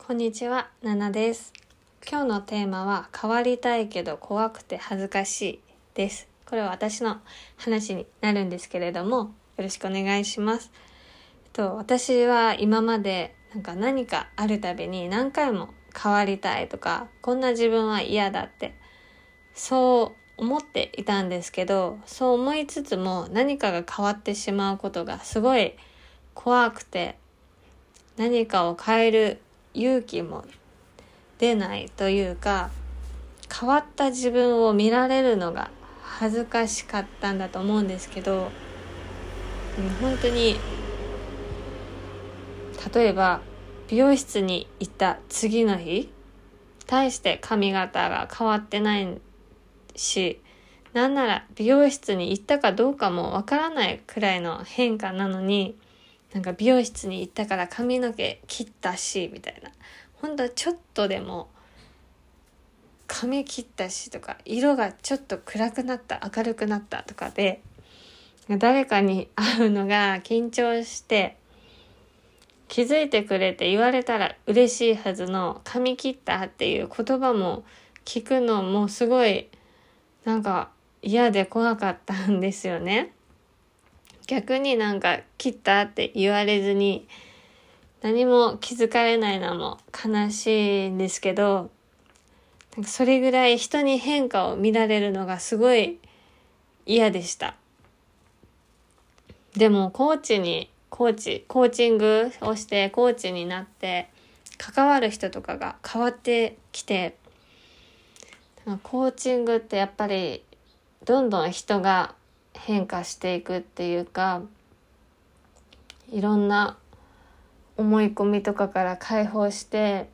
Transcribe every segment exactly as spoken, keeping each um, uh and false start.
こんにちは、ナナです。今日のテーマは変わりたいけど怖くて恥ずかしいです。これは私の話になるんですけれども、よろしくお願いします。えっと、私は今までなんか何かあるたびに何回も変わりたいとか、こんな自分は嫌だってそう思っていたんですけど、そう思いつつも何かが変わってしまうことがすごい怖くて、何かを変える勇気も出ないというか、変わった自分を見られるのが恥ずかしかったんだと思うんですけど、本当に例えば美容室に行った次の日、大して髪型が変わってないし、なんなら美容室に行ったかどうかもわからないくらいの変化なのに、なんか美容室に行ったから髪の毛切ったしみたいな、本当はちょっとでも髪切ったしとか、色がちょっと暗くなった、明るくなったとかで誰かに会うのが緊張して、気づいてくれて言われたら嬉しいはずの髪切ったっていう言葉も聞くのもすごいなんか嫌で怖かったんですよね。逆になんか切ったって言われずに何も気づかれないのも悲しいんですけど、なんかそれぐらい人に変化を見られるのがすごい嫌でした。でもコーチにコーチコーチングをしてコーチになって関わる人とかが変わってきて、コーチングってやっぱりどんどん人が変化していくっていうか、いろんな思い込みとかから解放して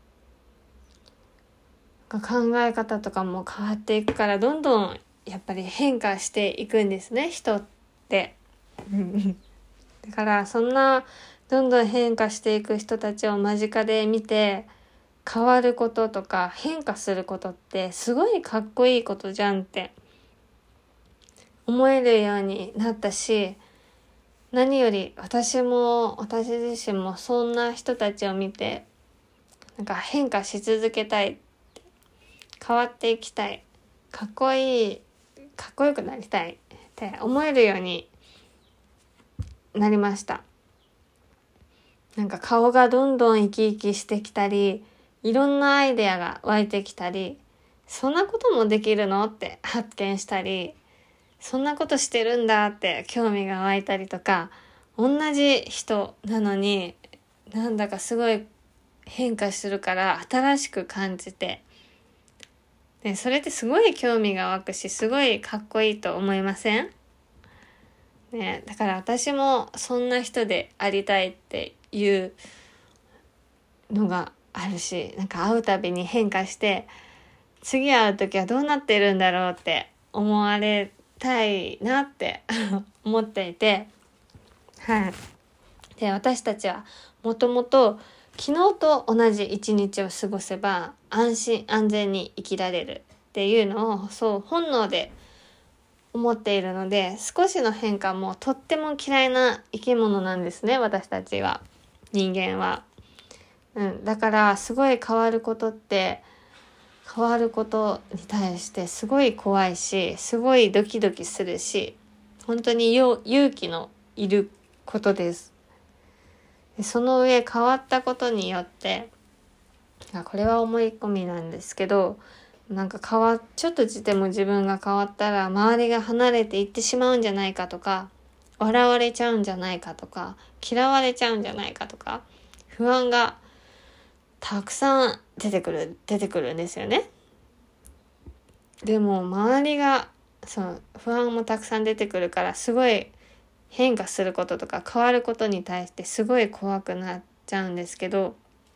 考え方とかも変わっていくから、どんどんやっぱり変化していくんですね、人ってだからそんなどんどん変化していく人たちを間近で見て、変わることとか変化することってすごいかっこいいことじゃんって思えるようになったし、何より私も私自身もそんな人たちを見て、なんか変化し続けたい、変わっていきたい、かっこいい、かっこよくなりたいって思えるようになりました。なんか顔がどんどん生き生きしてきたり、いろんなアイデアが湧いてきたり、そんなこともできるのって発見したり、そんなことしてるんだって興味が湧いたりとか、同じ人なのになんだかすごい変化するから新しく感じて、でそれってすごい興味が湧くし、すごいかっこいいと思いません？ね、だから私もそんな人でありたいっていうのがあるし、なんか会うたびに変化して、次会う時はどうなってるんだろうって思われたいなって思っていて、はい。で、私たちはもともと昨日と同じ一日を過ごせば安心安全に生きられるっていうのをそう本能で思っているので、少しの変化もとっても嫌いな生き物なんですね、私たちは、人間は。うん、だからすごい変わることって変わることに対してすごい怖いし、すごいドキドキするし、本当に勇気のいることです。でその上変わったことによって、これは思い込みなんですけど、なんか変わちょっとでも自分が変わったら周りが離れていってしまうんじゃないかとか、笑われちゃうんじゃないかとか、嫌われちゃうんじゃないかとか、不安がたくさん出てくる出てくるんですよね。でも周りがそう不安もたくさん出てくるから、すごい変化することとか変わることに対してすごい怖くなっちゃうんですけど、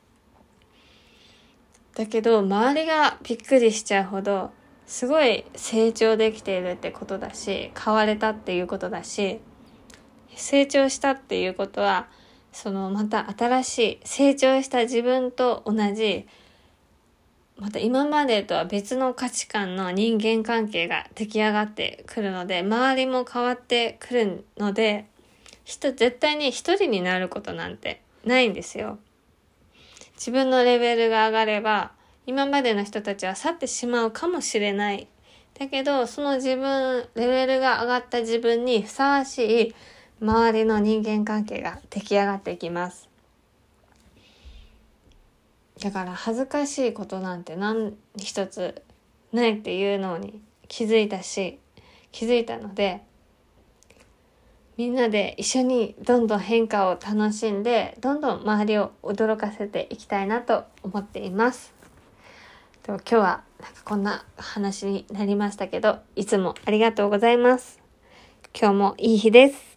だけど周りがびっくりしちゃうほどすごい成長できているってことだし、変われたっていうことだし、成長したっていうことはそのまた新しい成長した自分と同じ、また今までとは別の価値観の人間関係が出来上がってくるので、周りも変わってくるので、人絶対に一人になることなんてないんですよ。 自分のレベルが上がれば今までの人たちは去ってしまうかもしれない。だけどその自分、レベルが上がった自分にふさわしい周りの人間関係が出来上がっていきます。だから恥ずかしいことなんて何一つないっていうのに気づいたし、気づいたので、みんなで一緒にどんどん変化を楽しんで、どんどん周りを驚かせていきたいなと思っています。と今日はなんかこんな話になりましたけど、いつもありがとうございます。今日もいい日です。